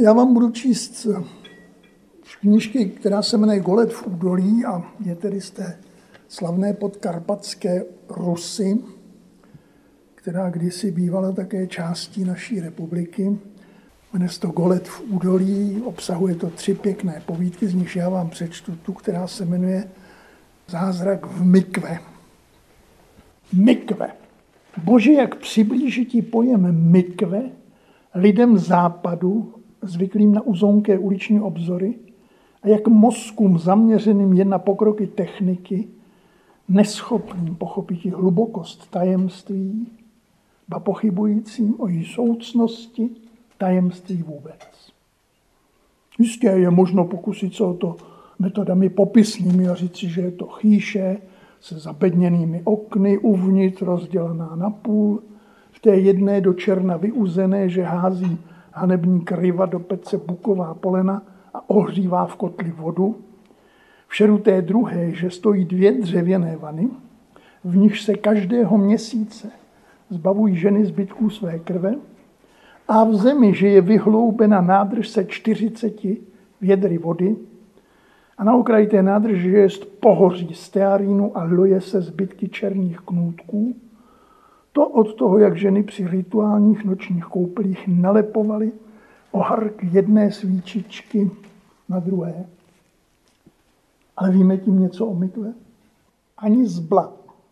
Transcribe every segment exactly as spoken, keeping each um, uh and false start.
Já vám budu číst z knížky, která se jmenuje Golec v údolí a je tedy z té slavné podkarpatské Rusy, která kdysi bývala také částí naší republiky. Jmenuje se to Golec v údolí, obsahuje to tři pěkné povídky, z nich já vám přečtu tu, která se jmenuje Zázrak v mikve. Mikve. Bože, jak přiblíží ti pojem mikve lidem západu, zvyklým na uzonké uliční obzory, a jak mozkům zaměřeným jen na pokroky techniky, neschopným pochopit hlubokost tajemství, ba pochybujícím o její soucnosti tajemství vůbec. Jistě je možno pokusit se o to metodami popisnými a říci, že je to chýše se zabedněnými okny, uvnitř rozdělená na půl, v té jedné do černa vyuzené, že hází hanební kryva do pece buková polena a ohřívá v kotli vodu. V šeru té druhé, že stojí dvě dřevěné vany, v nichž se každého měsíce zbavují ženy zbytků své krve, a v zemi, že je vyhloubena nádrž se čtyřiceti vědry vody, a na okraji té nádrže je pohoří stearínu a loje se zbytky černých knůtků, to od toho, jak ženy při rituálních nočních koupelích nalepovaly ohark jedné svíčičky na druhé. Ale víme tím něco o mikve? Ani zbla.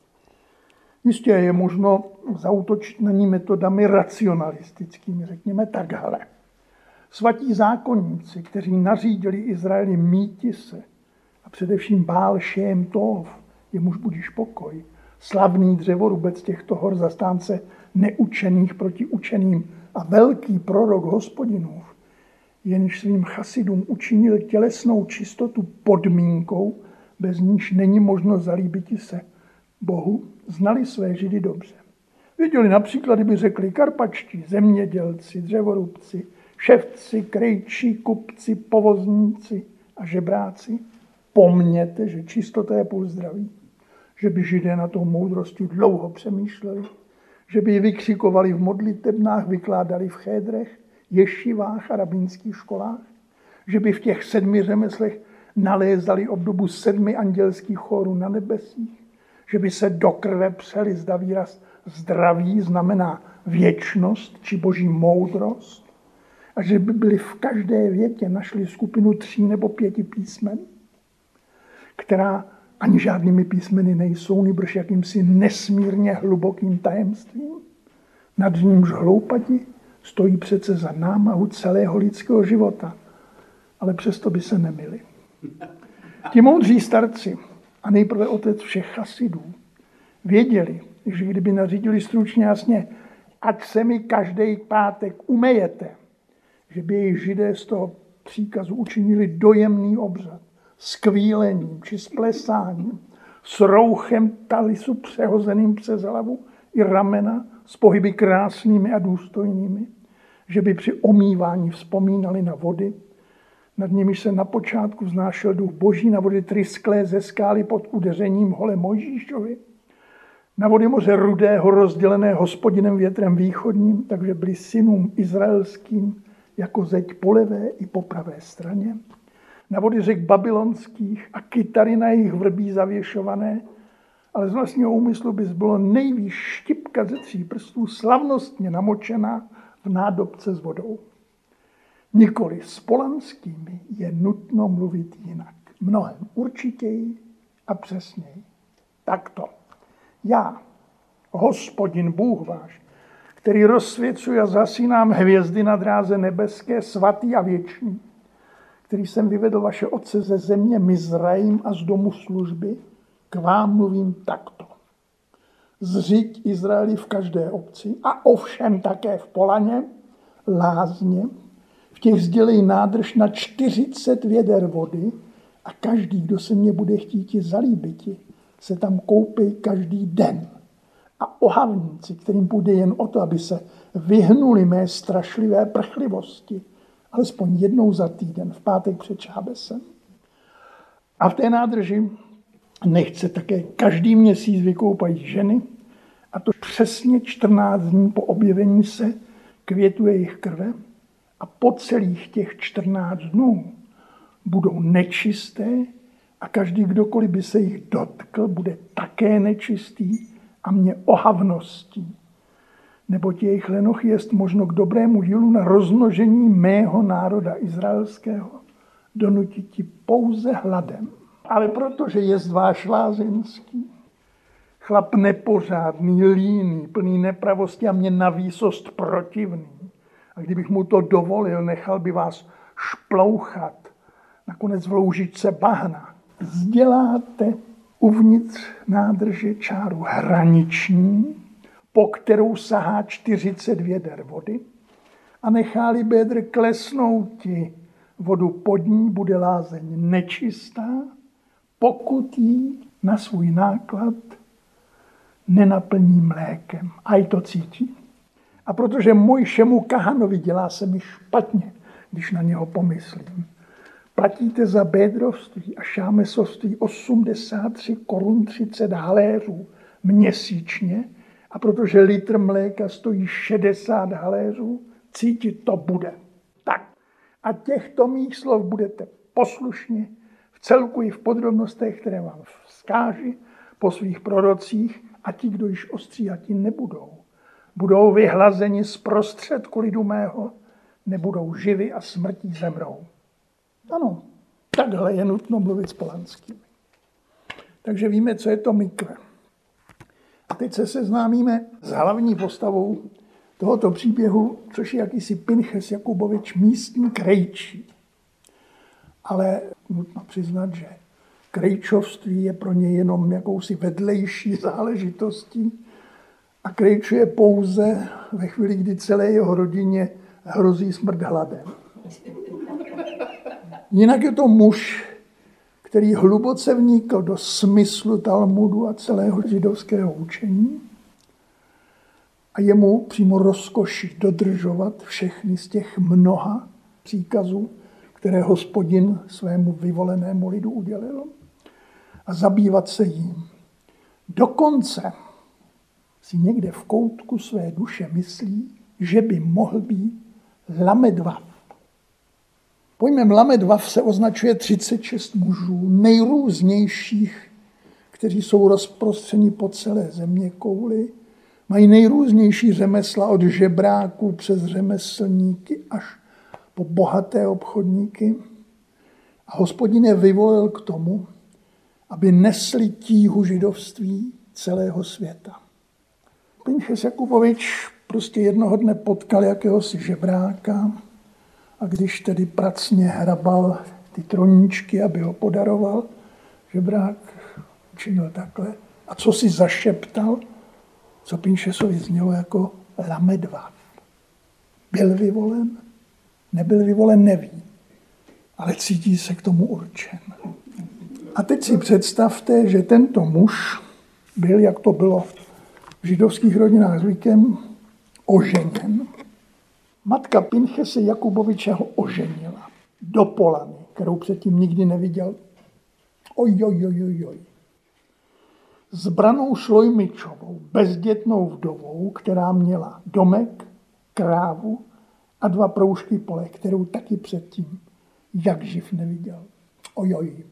Jistě je možno zaútočit na ní metodami racionalistickými, řekněme takhle. Svatí zákonníci, kteří nařídili Izraeli míti se, a především Bál Šém Tov, jemuž budíš pokoj, slavný dřevorubec těchto hor, zastánce neučených proti učeným a velký prorok Hospodinův, jenž svým chasidům učinil tělesnou čistotu podmínkou, bez níž není možno zalíbiti se Bohu, znali své Židy dobře. Věděli například, kdyby řekli karpačtí, zemědělci, dřevorubci, ševci, krejčí, kupci, povozníci a žebráci, pomněte, že čistota je půl zdraví, že by Židé na tou moudrosti dlouho přemýšleli, že by ji vykřikovali v modlitebnách, vykládali v chédrech, ješivách a rabínských školách, že by v těch sedmi řemeslech nalézali obdobu sedmi andělských chórů na nebesích, že by se do krve přeli, zda výraz zdraví znamená věčnost či boží moudrost, a že by byli v každé větě našli skupinu tří nebo pěti písmen, která ani žádnými písmeny nejsou, nýbrž jakýmsi nesmírně hlubokým tajemstvím, nad nímž hloupati stojí přece za námahu celého lidského života, ale přesto by se nemili. Ti moudří starci a nejprve otec všech chasidů věděli, že kdyby nařídili stručně jasně, ať se mi každý pátek umejete, že by jej Židé z toho příkazu učinili dojemný obřad s kvílením či s plesáním, s rouchem talisu přehozeným přes hlavu i ramena, s pohyby krásnými a důstojnými, že by při omývání vzpomínali na vody, nad nimiž se na počátku vznášel duch boží, na vody trysklé ze skály pod udeřením hole Mojžíšovi, na vody moře rudého rozdělené Hospodinem větrem východním, takže byli synům izraelským jako zeď po levé i po pravé straně, na vody řek babylonských a kytary na jejich vrbí zavěšované, ale z vlastního úmyslu by bylo nejvýš štipka ze tří prstů slavnostně namočená v nádobce s vodou. Nikoli s polanskými je nutno mluvit jinak. Mnohem určitěji a přesněji. Takto. Já, Hospodin Bůh váš, který rozsvěcuje a zasínám hvězdy na dráze nebeské, svatý a věčný, který jsem vyvedl vaše otce ze země Mizraim a z domu služby, k vám mluvím takto. Zřiď Izraeli v každé obci a ovšem také v Polaně, lázně, v těch sdělej nádrž na čtyřicet věder vody a každý, kdo se mě bude chtít zalíbiti, se tam koupí každý den. A ohavníci, kterým půjde jen o to, aby se vyhnuli mé strašlivé prchlivosti, alespoň jednou za týden, v pátek před Šábesem. A v té nádrži nechce také každý měsíc vykoupají ženy, a to přesně čtrnáct dní po objevení se květu jejich krve, a po celých těch čtrnáct dnů budou nečisté a každý, kdokoliv by se jich dotkl, bude také nečistý a mě ohavností. Neboť jejich lenoch jest možno k dobrému dílu na rozmnožení mého národa izraelského donutit ti pouze hladem. Ale protože jest váš lázeňský, chlap nepořádný, líný, plný nepravosti a mě na výsost protivný. A kdybych mu to dovolil, nechal by vás šplouchat, nakonec v loužičce bahna. Vzděláte uvnitř nádrže čáru hraniční, po kterou sahá čtyřicet věder vody a nechá-li bedr klesnouti, vodu pod ní bude lázeň nečistá, pokud ji na svůj náklad nenaplní mlékem. A i to cítí. A protože Mojšemu kahanovi dělá se mi špatně, když na něho pomyslím, platíte za bédrovství a šámesovství osmdesát tři korun třicet haléřů měsíčně, a protože litr mléka stojí šedesát haléřů, cítit to bude. Tak. A těchto mých slov budete poslušně v celku i v podrobnostech, které vám vzkáži po svých prorocích, a ti, kdo již ostříhati nebudou, budou vyhlazeni z prostředku lidu mého, nebudou živi a smrtí zemrou. Ano, takhle je nutno mluvit s Polanským. Takže víme, co je to mikve. A teď se seznámíme s hlavní postavou tohoto příběhu, což je jakýsi Pinches Jakubovič, místní krejčí. Ale nutno přiznat, že krejčovství je pro ně jenom jakousi vedlejší záležitostí a krejčuje pouze ve chvíli, kdy celé jeho rodině hrozí smrt hladem. Jinak je to muž, který hluboce vnikl do smyslu Talmudu a celého židovského učení a je mu přímo rozkoší dodržovat všechny z těch mnoha příkazů, které Hospodin svému vyvolenému lidu udělil a zabývat se jím. Dokonce si někde v koutku své duše myslí, že by mohl být Lamedvav. Pojmem Lamedvav se označuje třicet šest mužů, nejrůznějších, kteří jsou rozprostřeni po celé země kouli. Mají nejrůznější řemesla od žebráků přes řemeslníky až po bohaté obchodníky. A Hospodin je vyvolil k tomu, aby nesli tíhu židovství celého světa. Pinches Jakubovič prostě jednoho dne potkal jakéhosi žebráka a když tedy pracně hrabal ty troníčky, aby ho podaroval, žebrák učinil takhle. A co si zašeptal, co Pinchesovi znělo jako Lamedvav. Byl vyvolen? Nebyl vyvolen, neví, ale cítí se k tomu určen. A teď si představte, že tento muž byl, jak to bylo v židovských rodinách zvykem, oženěn. Matka Pinchese Jakuboviče ho oženila do Polany, kterou předtím nikdy neviděl. Oj, oj, oj, oj, oj. S Branou Šlojmičovou, bezdětnou vdovou, která měla domek, krávu a dva proužky pole, kterou taky předtím jak živ neviděl. Oj, oj.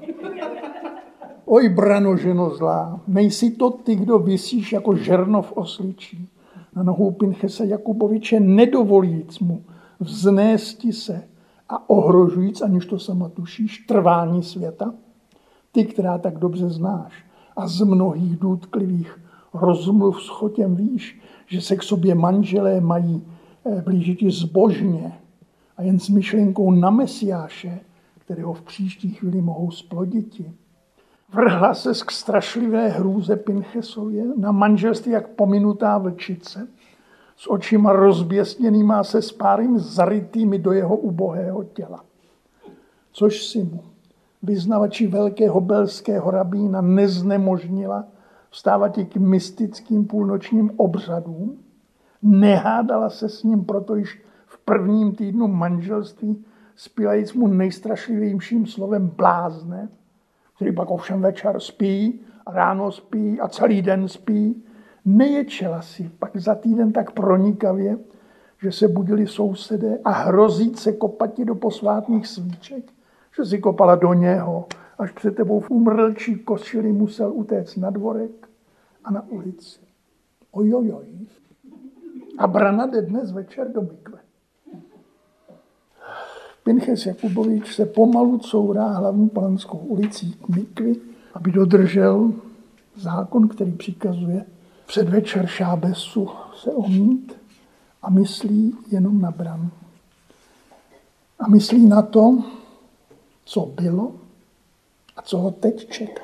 Oj, Brano, ženo zlá, nejsi to ty, kdo visíš jako žernov osličí na nohou Pinchese Jakuboviče, nedovolíc mu vznésti se a ohrožujíc, aniž to sama tušíš, trvání světa? Ty, která tak dobře znáš a z mnohých důtklivých rozmluv s chotěm víš, že se k sobě manželé mají blížiti zbožně a jen s myšlenkou na Mesiáše, kterého v příští chvíli mohou sploditi. Vrhla se k strašlivé hrůze Pinchesově na manželství jak pominutá vlčice, s očima rozběsněnýma se s párym zarytými do jeho ubohého těla. Což si mu, vyznavači velkého belského rabína, neznemožnila vstávat i k mystickým půlnočním obřadům, nehádala se s ním proto již v prvním týdnu manželství, spílajíc mu nejstrašlivějším slovem blázne, který pak ovšem večer spí, a ráno spí a celý den spí, neječela si pak za týden tak pronikavě, že se budili sousedé a hrozí se kopati do posvátných svíček, že si kopala do něho, až před tebou v umrlčí košili musel utéct na dvorek a na ulici. Ojojoj. A Brana jde dnes večer do mikve. Pinchas Jakubovič se pomalu courá hlavní Palanskou ulicí k mikvi, aby dodržel zákon, který přikazuje předvečer šábesu se omít, a myslí jenom na Branu. A myslí na to, co bylo a co ho teď čeká.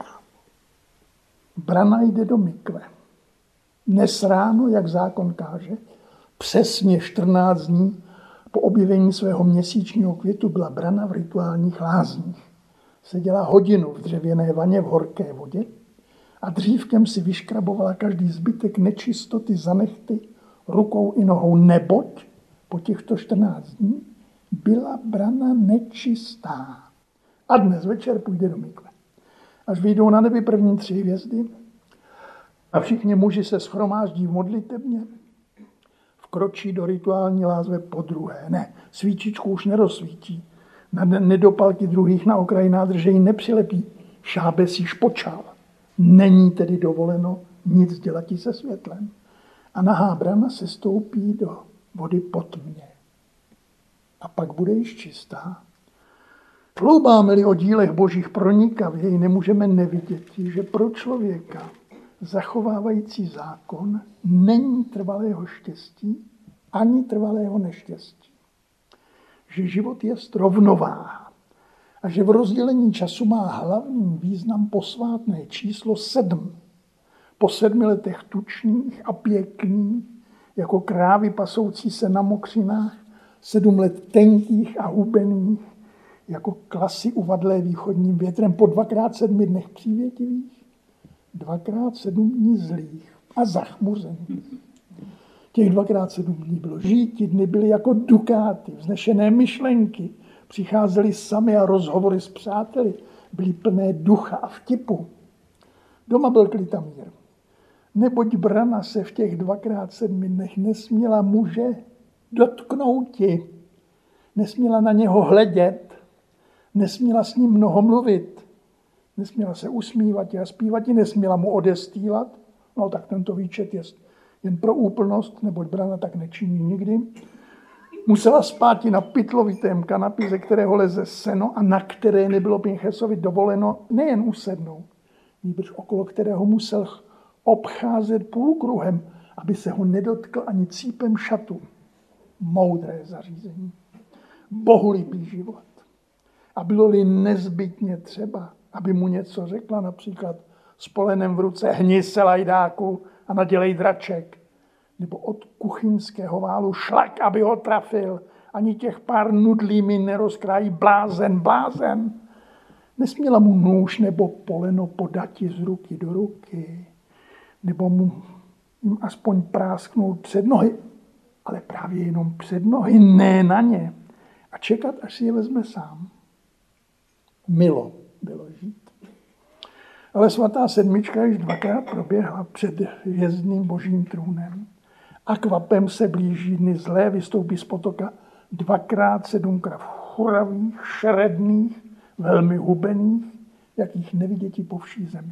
Brana jde do mikve. Dnes ráno, jak zákon káže, přesně čtrnáct dní po objevení svého měsíčního květu byla Brana v rituálních lázních. Seděla hodinu v dřevěné vaně v horké vodě a dřívkem si vyškrabovala každý zbytek nečistoty za nehty rukou i nohou, neboť po těchto čtrnáct dní byla Brana nečistá. A dnes večer půjde do mikve. Až vyjdou na nebi první tři hvězdy a všichni muži se shromáždí v modlitebně, vkročí do rituální lázve po druhé. Ne, svíčičku už nerozsvítí. Na nedopalky druhých na okraji nádrže ji nepřilepí. Šábes již počal. Není tedy dovoleno nic dělat se světlem. A nahá Brana se stoupí do vody po tmě. A pak bude již čistá. Chloubáme-li o dílech božích pronikavě, jej nemůžeme nevidět, že pro člověka zachovávající zákon není trvalého štěstí ani trvalého neštěstí. Že život je rovnováha a že v rozdělení času má hlavní význam posvátné číslo sedm. Po sedmi letech tučných a pěkných, jako krávy pasoucí se na mokřinách, sedm let tenkých a hubených, jako klasy uvadlé východním větrem, po dvakrát sedmi dnech přívětivých, dvakrát sedm dní zlých a zachmuzených. Těch dvakrát sedm dní bylo žít, dny byly jako dukáty, vznešené myšlenky, přicházely sami a rozhovory s přáteli, byly plné ducha a vtipu. Doma byl klid a mír. Neboť Brana se v těch dvakrát sedmi dnech nesměla muže dotknouti, nesměla na něho hledět, nesměla s ním mnoho mluvit, nesměla se usmívat a zpívat, nesměla mu odestýlat. No tak tento výčet je jen pro úplnost, neboť Brana tak nečiní nikdy. Musela spát i na pytlovitém kanapi, ze kterého leze seno a na které nebylo Pinchasovi dovoleno nejen usednout, nýbrž okolo kterého musel obcházet půlkruhem, aby se ho nedotkl ani cípem šatu. Moudré zařízení. Bohulibý život. A bylo-li nezbytně třeba, aby mu něco řekla, například s polenem v ruce, hni se lajdáku a nadělej draček, nebo od kuchyňského válu šlak, aby ho trafil, ani těch pár nudlí mi nerozkrájí, blázen, blázen. Nesměla mu nůž nebo poleno podati z ruky do ruky, nebo mu jim aspoň prásknout před nohy, ale právě jenom před nohy, ne na ně, a čekat, až si je vezme sám. Milo bylo žít. Ale svatá sedmička již dvakrát proběhla před hvězdným božím trůnem. A kvapem se blíží dny zlé, vystoupí z potoka dvakrát sedm krav churavých, šeredných, velmi hubených, jakých neviděti po vší zemi.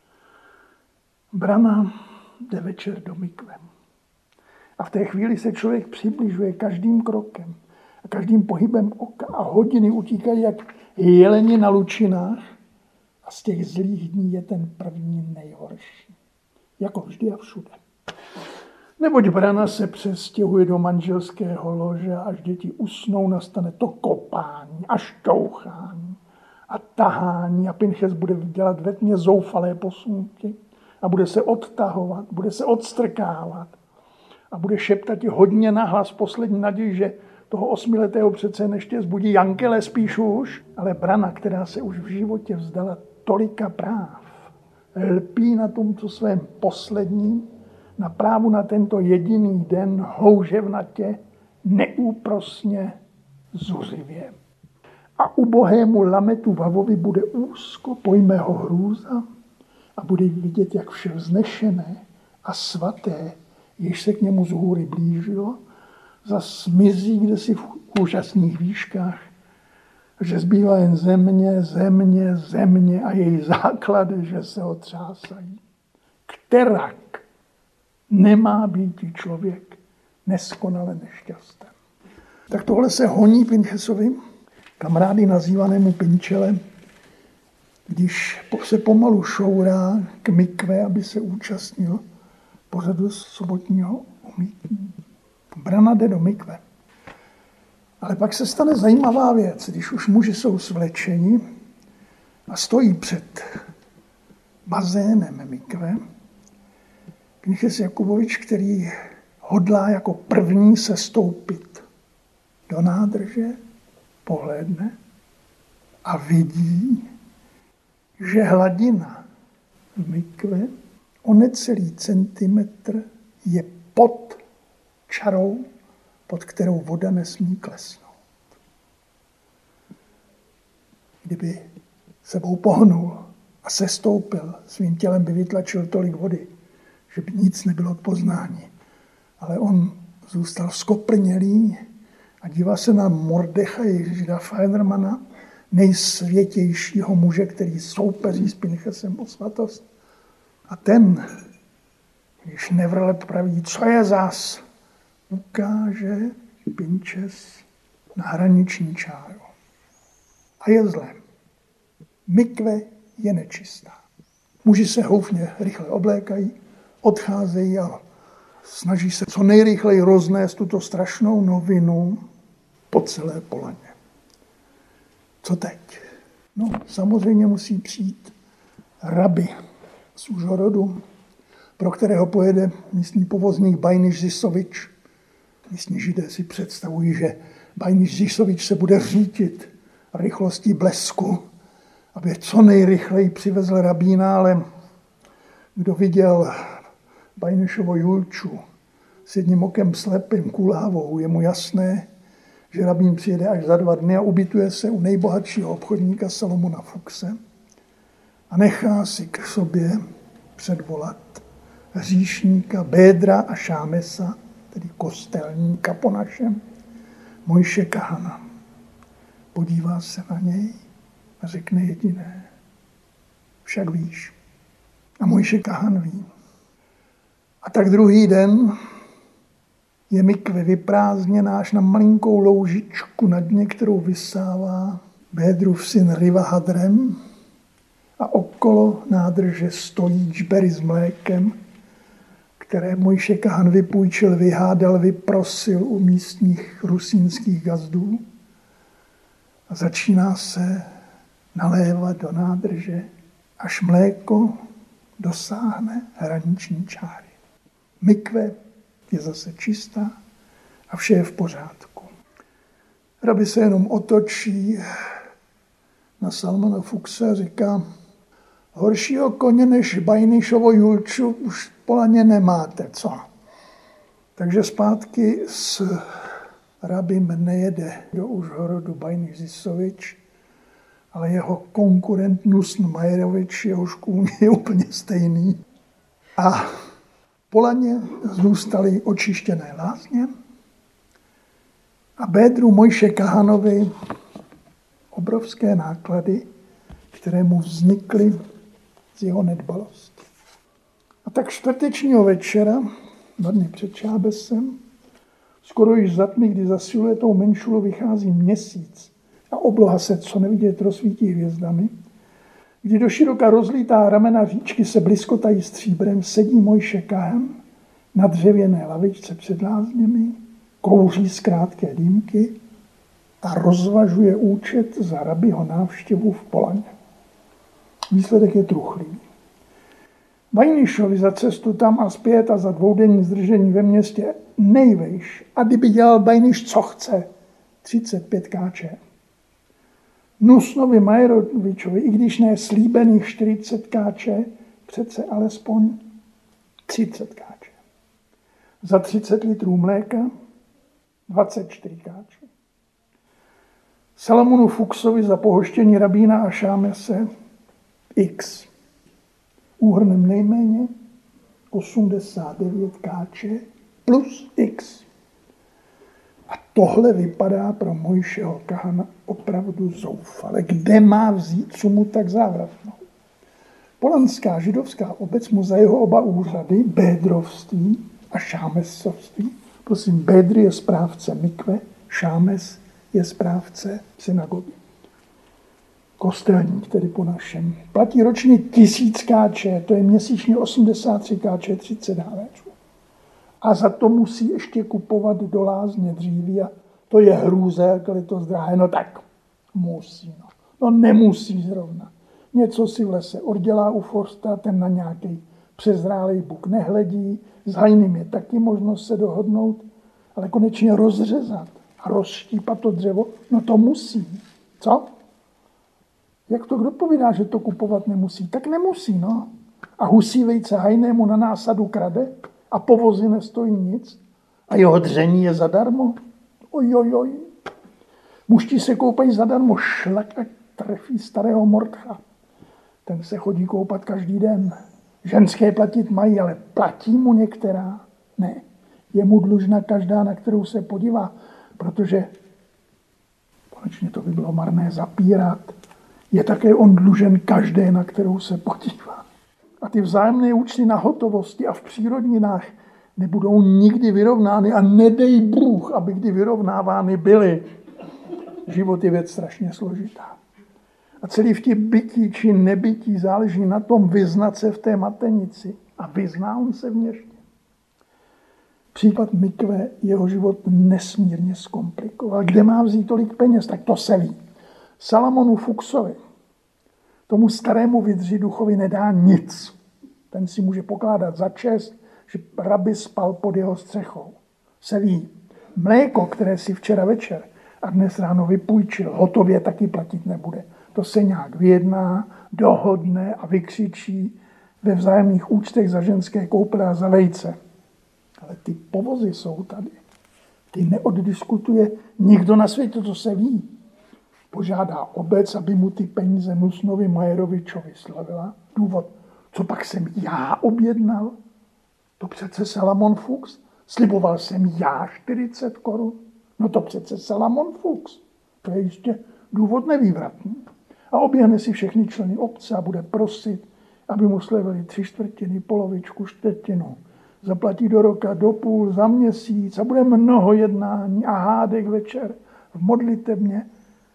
Brana jde večer do mikve. A v té chvíli se člověk přibližuje každým krokem a každým pohybem oka a hodiny utíkají jak jeleni na lučinách a z těch zlých dní je ten první nejhorší. Jako vždy a všude. Neboť Brana se přestěhuje do manželského lože, až děti usnou, nastane to kopání a šťouchání a tahání a Pinchas bude dělat ve tmě zoufalé posunky a bude se odtahovat, bude se odstrkávat a bude šeptat hodně nahlas poslední naději, že toho osmiletého přece neště zbudí Jankele spíš už, ale Brana, která se už v životě vzdala tolika práv, lpí na tomto svém posledním, na právu na tento jediný den houževnatě, neúprosně, zuřivě. A ubohému lametu Vavovi bude úzko, pojme ho hrůza a bude vidět, jak vše vznešené a svaté, jež se k němu z hůry blížilo, zas mizí kdesi v úžasných výškách, že zbývá jen země, země, země a její základy, že se otřásají. Kterak nemá být člověk neskonale nešťastný. Tak tohle se honí Pinchesovi, kamarády nazývanému Pinčele, když se pomalu šourá k mikve, aby se účastnil pořadu sobotního umýtí. Brana jde do mikve. Ale pak se stane zajímavá věc, když už muži jsou svlečeni a stojí před bazénem mikve. Pinches Jakubovič, který hodlá jako první se stoupit do nádrže, pohlédne a vidí, že hladina v mikve o necelý centimetr je pod čarou, pod kterou voda nesmí klesnout. Kdyby sebou pohnul a sestoupil, svým tělem by vytlačil tolik vody, že by nic nebylo k poznání. Ale on zůstal skoprnělý a dívá se na Mordechaje Žida Feinermana, nejsvětějšího muže, který soupeří s Pinchesem o svatost. A ten, když nevrle praví, co je zas, ukáže Pinches na hraniční čáru. A je zlé. Mikve je nečistá. Muži se houfně rychle oblékají, odcházejí a snaží se co nejrychleji roznést tuto strašnou novinu po celé Polaně. Co teď? No, samozřejmě musí přijít rabi z Užhorodu, pro kterého pojede místní povozník Bajniš Zisovič. Místní Židé si představují, že Bajniš Zisovič se bude řítit rychlostí blesku, aby co nejrychleji přivezl rabína, ale kdo viděl Bajnišovo Julču s jedním okem slepým, kulhavou, je mu jasné, že rabín přijede až za dva dny a ubytuje se u nejbohatšího obchodníka Salomona Fuchse a nechá si k sobě předvolat hříšníka Bédra a Šámesa, tedy kostelníka po našem, Mojše Kahana. Podívá se na něj a řekne jediné. Však víš. A Mojše Kahan ví. A tak druhý den je mikve vyprázdněná až na malinkou loužičku, na dně, kterou vysává Bédrův syn Riva Hadrem a okolo nádrže stojí džbery s mlékem, které Mojše Kahan vypůjčil, vyhádal, vyprosil u místních rusínských gazdů a začíná se nalévat do nádrže, až mléko dosáhne hraniční čáry. Mikve je zase čistá a vše je v pořádku. Rabi se jenom otočí na Salmona Fuchse a říká, horšího koně než Bajnišovo Julču už v Polaně nemáte, co? Takže zpátky s rabim nejede do Užhorodu Bajniš Zisovič, ale jeho konkurent Nusn Majerovič, jehož kůň je úplně stejný. A v Polaně zůstaly očištěné lázně a Bédru Mojše Kahanovi obrovské náklady, které mu vznikly z jeho nedbalosti. A tak čtvrtečního večera, dva dny před Šábesem, skoro již za tmy, kdy za siluetou Menšulu vychází měsíc a obloha se co nevidět rozsvítí hvězdami, kdy do široka rozlítá ramena říčky se bliskotají stříbrem, sedí Mojše Kahan na dřevěné lavičce před lázněmi, kouří z krátké dýmky a rozvažuje účet za rabiho návštěvu v Polaně. Výsledek je truchlý. Bajnišovi za cestu tam a zpět a za dvoudenní zdržení ve městě nejvejš, a kdyby dělal Bajniš co chce, třicet pět káče. Nusnovi Majerovičovi, i když ne slíbených čtyřicet káče, přece alespoň třicet káče. Za třicet litrů mléka dvacet čtyři káče. Salomonu Fuchsovi za pohoštění rabína a Šámese X. Úhrnem nejméně osmdesát devět káče plus X. tohle vypadá pro Mojšího kahana opravdu zoufale. Kde má vzít, co mu tak závratnou? Polanská židovská obec mu za jeho oba úřady, bédrovství a šámesovství, prosím, Bédr je správce mikve, Šámes je správce synagogy. Kostelník, tedy po našem. Platí ročně tisíc káče, to je měsíčně osmdesát tři káče, třicet hávéčů. A za to musí ještě kupovat do lázně dříví a to je hrůze, jak je to drahé. No tak musí, no. No nemusí zrovna. Něco si v lese oddělá u forsta, ten na nějaký přezrálej buk nehledí, s hajným je taky možnost se dohodnout, ale konečně rozřezat a rozštípat to dřevo, no to musí. Co? Jak to kdo povídá, že to kupovat nemusí? Tak nemusí, no. A husí vejce hajnému na násadu krade a povozy nestojí nic a jeho dření je zadarmo. Oj, oj, oj. Mužti se koupají zadarmo, šlak a trefí starého Mordcha. Ten se chodí koupat každý den. Ženské platit mají, ale platí mu některá? Ne. Je mu dlužna každá, na kterou se podívá, protože konečně to by bylo marné zapírat. Je také on dlužen každé, na kterou se podívá. A ty vzájemné účty na hotovosti a v přírodninách nebudou nikdy vyrovnány a nedej Bůh, aby kdy vyrovnávány byly. Život je věc strašně složitá. A celý vtip bytí či nebytí záleží na tom vyznat se v té matenici. A vyzná on se v něžně. Případ mikve jeho život nesmírně zkomplikoval. Kde má vzít tolik peněz, tak to se ví. Salamonu Fuchsovi, tomu starému vydři duchovi nedá nic. Ten si může pokládat za čest, že rabi spal pod jeho střechou. Se ví. Mléko, které si včera večer a dnes ráno vypůjčil, hotově taky platit nebude. To se nějak vyjedná, dohodne a vykřičí ve vzájemných účtech za ženské koupele a za vejce. Ale ty povozy jsou tady. Ty neoddiskutuje nikdo na světě, to se ví. Požádá obec, aby mu ty peníze Nusnovi Majerovičovi slavila. Důvod, co pak jsem já objednal? To přece Salamon Fuchs. Sliboval jsem já čtyřicet korun. No to přece Salamon Fuchs. To je ještě důvod nevývratný. A oběhne si všechny členy obce a bude prosit, aby mu slevili tři čtvrtiny, polovičku, čtvrtinu. Zaplatí do roka, do půl, za měsíc a bude mnoho jednání a hádek večer v modlitebně.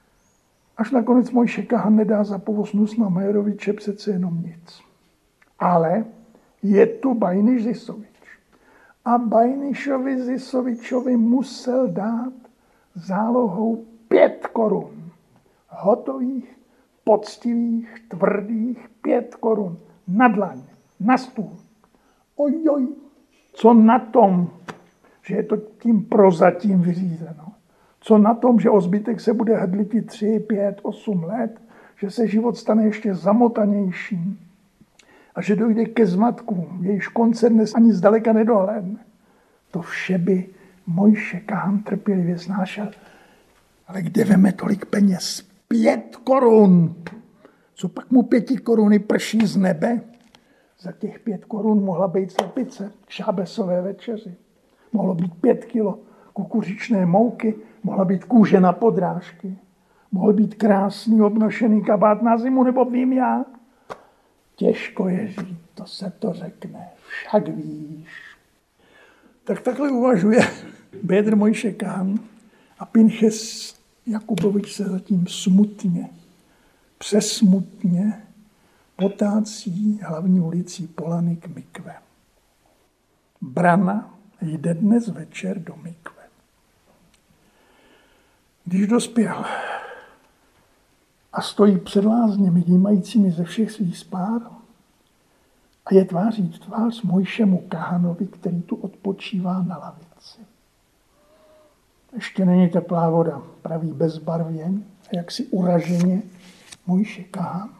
Až nakonec Mojše Kahan nedá za povoz Nusna Majeroviče přece jenom nic. Ale je tu Bajniš Zisovič. A Bajnišovi Zisovičovi musel dát zálohou pět korun. Hotových, poctivých, tvrdých pět korun. Na dlaň, na stůl. Ojoj, co na tom, že je to tím prozatím vyřízeno. Co na tom, že o zbytek se bude hrdlitit tři, pět, osm let, že se život stane ještě zamotanějším a že dojde ke zmatkům, jejíž konce dnes ani zdaleka nedohlédne. To vše by Mojše Kahan trpělivě snášel. Ale kde veme tolik peněz? Pět korun! Co pak mu pěti koruny prší z nebe? Za těch pět korun mohla být slepice k šábesové večeři. Mohlo být pět kilo kukuřičné mouky, mohla být kůže na podrážky, mohl být krásný obnošený kabát na zimu, nebo vím já. Těžko je žít, to se to řekne, však víš. Tak takhle uvažuje Bédr Mojše Kahan a Pinches Jakubovič se zatím smutně, přesmutně potácí hlavní ulicí Polany k mikve. Brana jde dnes večer do mikve. Když dospěl a stojí před lázněmi dýmajícími ze všech svých spár a je tváří v tvář Mojšemu Kahanovi, který tu odpočívá na lavici. Ještě není teplá voda, praví bezbarvě a jaksi uraženě Mojše Kahan.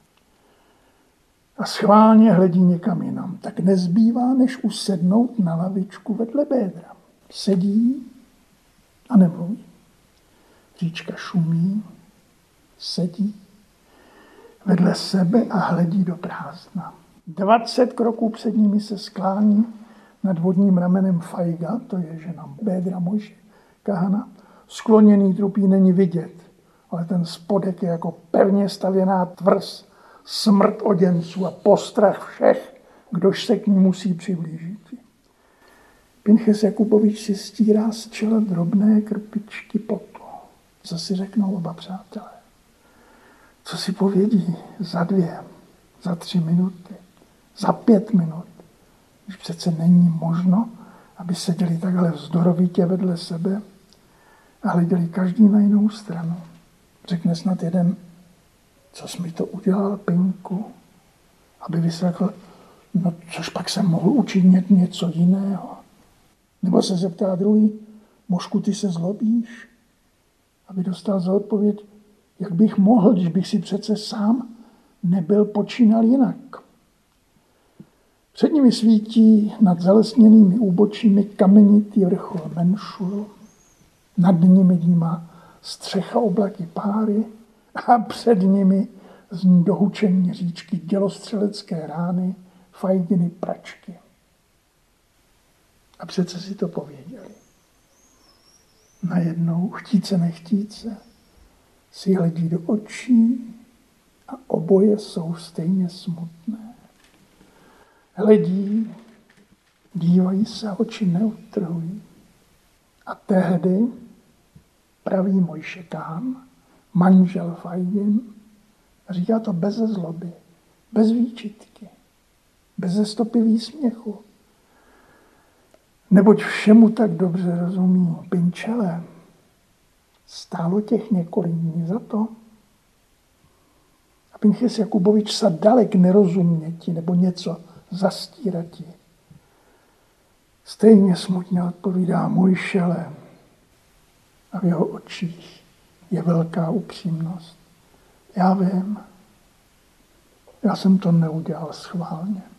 A schválně hledí někam jinam. Tak nezbývá, než usednout na lavičku vedle Bédra. Sedí a nemluví. Říčka šumí, sedí vedle sebe a hledí do prázdna. Dvacet kroků před nimi se sklání nad vodním ramenem Fajga, to je žena Bédra Mojše kahana. Skloněný trupí není vidět, ale ten spodek je jako pevně stavěná tvrz, smrt oděnců a postrach všech, kdož se k ní musí přiblížit. Pinchas Jakubovič si stírá z čela drobné krpičky potu. Co si řeknou oba přátelé? Co si povědí za dvě, za tři minuty, za pět minut? Když přece není možno, aby seděli takhle vzdorovitě vedle sebe a hleděli každý na jinou stranu. Řekne snad jeden, co jsi mi to udělal, Pinku? Aby vyslechl, no což pak jsem mohl učinit něco jiného. Nebo se zeptá druhý, Mošku, ty se zlobíš? Aby dostal za odpověď, jak bych mohl, když bych si přece sám nebyl počínal jinak. Před nimi svítí nad zalesněnými úbočími kamenitý vrchol Menšul, nad nimi dýmá střecha oblaky páry a před nimi zní dohučení říčky dělostřelecké rány, fajdiny, pračky. A přece si to pověděli. Najednou, chtíce nechtíce, si hledí do očí a oboje jsou stejně smutné. Hledí, dívají se a oči neutrhují. A tehdy pravý Mojše Kahan, manžel Fajdin, říká to bez zloby, bez výčitky, bez stopy výsměchu. Neboť všemu tak dobře rozumí Pinčele, stálo těch několik dní za to. A Pinchas Jakubovič se dalek nerozuměti nebo něco zastírati. Stejně smutně odpovídá Mojšele a v jeho očích je velká upřímnost. Já vím, já jsem to neudělal schválně.